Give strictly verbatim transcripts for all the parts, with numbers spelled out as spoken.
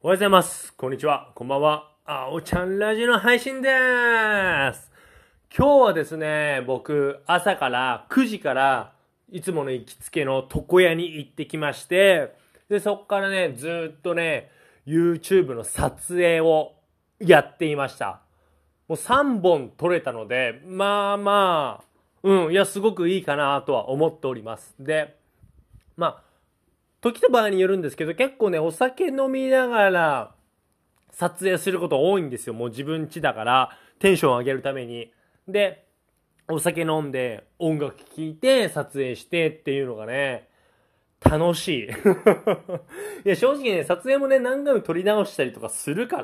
おはようございます。こんにちは。こんばんは。あおちゃんラジオの配信でーす。今日はですね、僕、朝からくじから、いつもの行きつけの床屋に行ってきまして、で、そっからね、ずーっとね、YouTube の撮影をやっていました。もうさんぼん撮れたので、まあまあ、うん、いや、すごくいいかなとは思っております。で、まあ、時と場合によるんですけど、結構ね、お酒飲みながら撮影すること多いんですよ。もう自分家だから、テンション上げるために。で、お酒飲んで、音楽聴いて、撮影してっていうのがね、楽しい。いや、正直ね、撮影もね、何回も撮り直したりとかするから、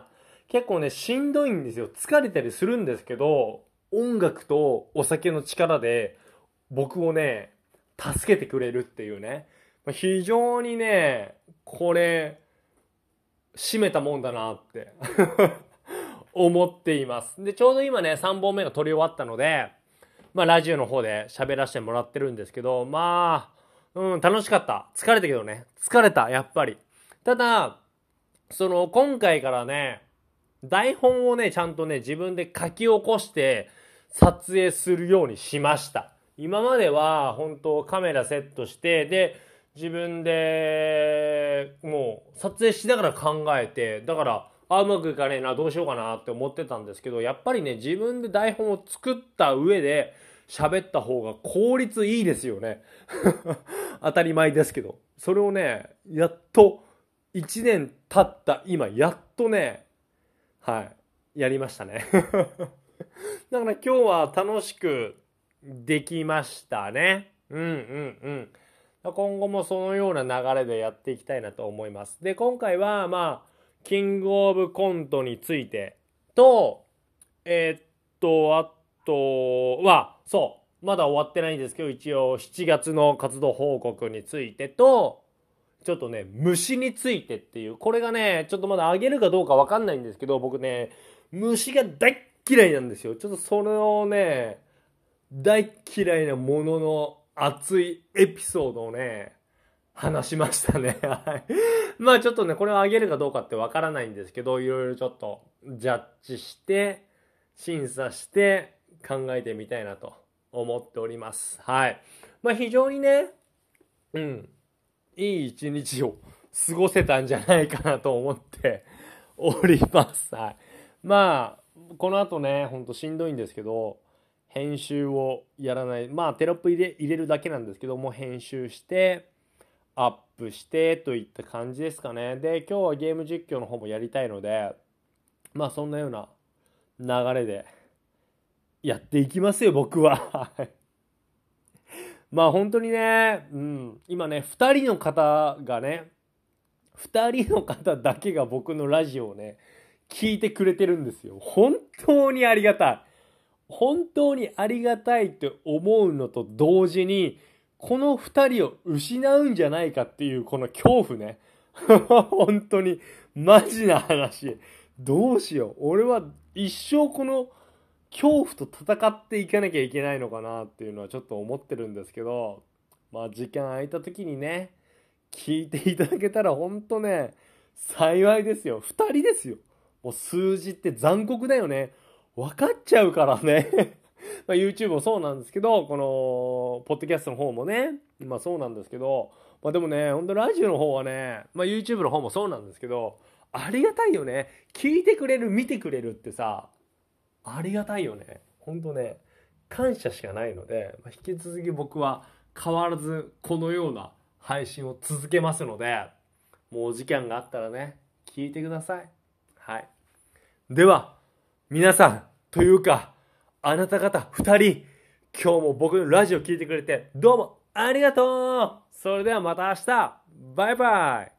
結構ね、しんどいんですよ。疲れたりするんですけど、音楽とお酒の力で、僕をね、助けてくれるっていうね。非常にね、これ、締めたもんだなって思っています。で、ちょうど今ね、さんぼんめが撮り終わったので、まあ、ラジオの方で喋らせてもらってるんですけど、まあ、うん、楽しかった。疲れたけどね。疲れた、やっぱり。ただ、その、今回からね、台本をね、ちゃんとね、自分で書き起こして、撮影するようにしました。今までは、本当カメラセットして、で、自分で、もう、撮影しながら考えて、だから、あ、うまくいかねえな、どうしようかなって思ってたんですけど、やっぱりね、自分で台本を作った上で、喋った方が効率いいですよね。当たり前ですけど。それをね、やっと、いちねん経った今、やっとね、はい、やりましたね。だから今日は楽しくできましたね。うんうんうん。今後もそのような流れでやっていきたいなと思います。で、今回は、まあ、キングオブコントについてと、えー、っと、あとは、そう、まだ終わってないんですけど、一応しちがつの活動報告についてと、ちょっとね、虫についてっていう、これがね、ちょっとまだあげるかどうかわかんないんですけど、僕ね、虫が大っ嫌いなんですよ。ちょっとそれをね、大嫌いなものの熱いエピソードをね、話しましたね。はい。まあちょっとね、これをあげるかどうかってわからないんですけど、いろいろちょっとジャッジして、審査して考えてみたいなと思っております。はい。まあ非常にね、うん、いい一日を過ごせたんじゃないかなと思っております。はい。まあ、この後ね、ほんとしんどいんですけど、編集をやらない。まあ、テロップ入れ、入れるだけなんですけども、編集して、アップしてといった感じですかね。で、今日はゲーム実況の方もやりたいので、まあ、そんなような流れでやっていきますよ、僕は。まあ、本当にね、うん、今ね、ふたりの方がね、ふたりの方だけが僕のラジオをね、聞いてくれてるんですよ。本当にありがたい。本当にありがたいって思うのと同時に、この二人を失うんじゃないかっていうこの恐怖ね。本当に、マジな話。どうしよう。俺は一生この恐怖と戦っていかなきゃいけないのかなっていうのはちょっと思ってるんですけど、まあ時間空いた時にね、聞いていただけたら本当ね、幸いですよ。二人ですよ。もう数字って残酷だよね。分かっちゃうからね。まあ YouTube もそうなんですけど、この、ポッドキャストの方もね、まあそうなんですけど、まあでもね、ほんとラジオの方はね、まあ YouTube の方もそうなんですけど、ありがたいよね。聞いてくれる、見てくれるってさ、ありがたいよね。ほんとね、感謝しかないので、まあ、引き続き僕は変わらずこのような配信を続けますので、もうお時間があったらね、聞いてください。はい。では、皆さん、というか、あなた方二人、今日も僕のラジオ聞いてくれて、どうもありがとう。それではまた明日。バイバイ。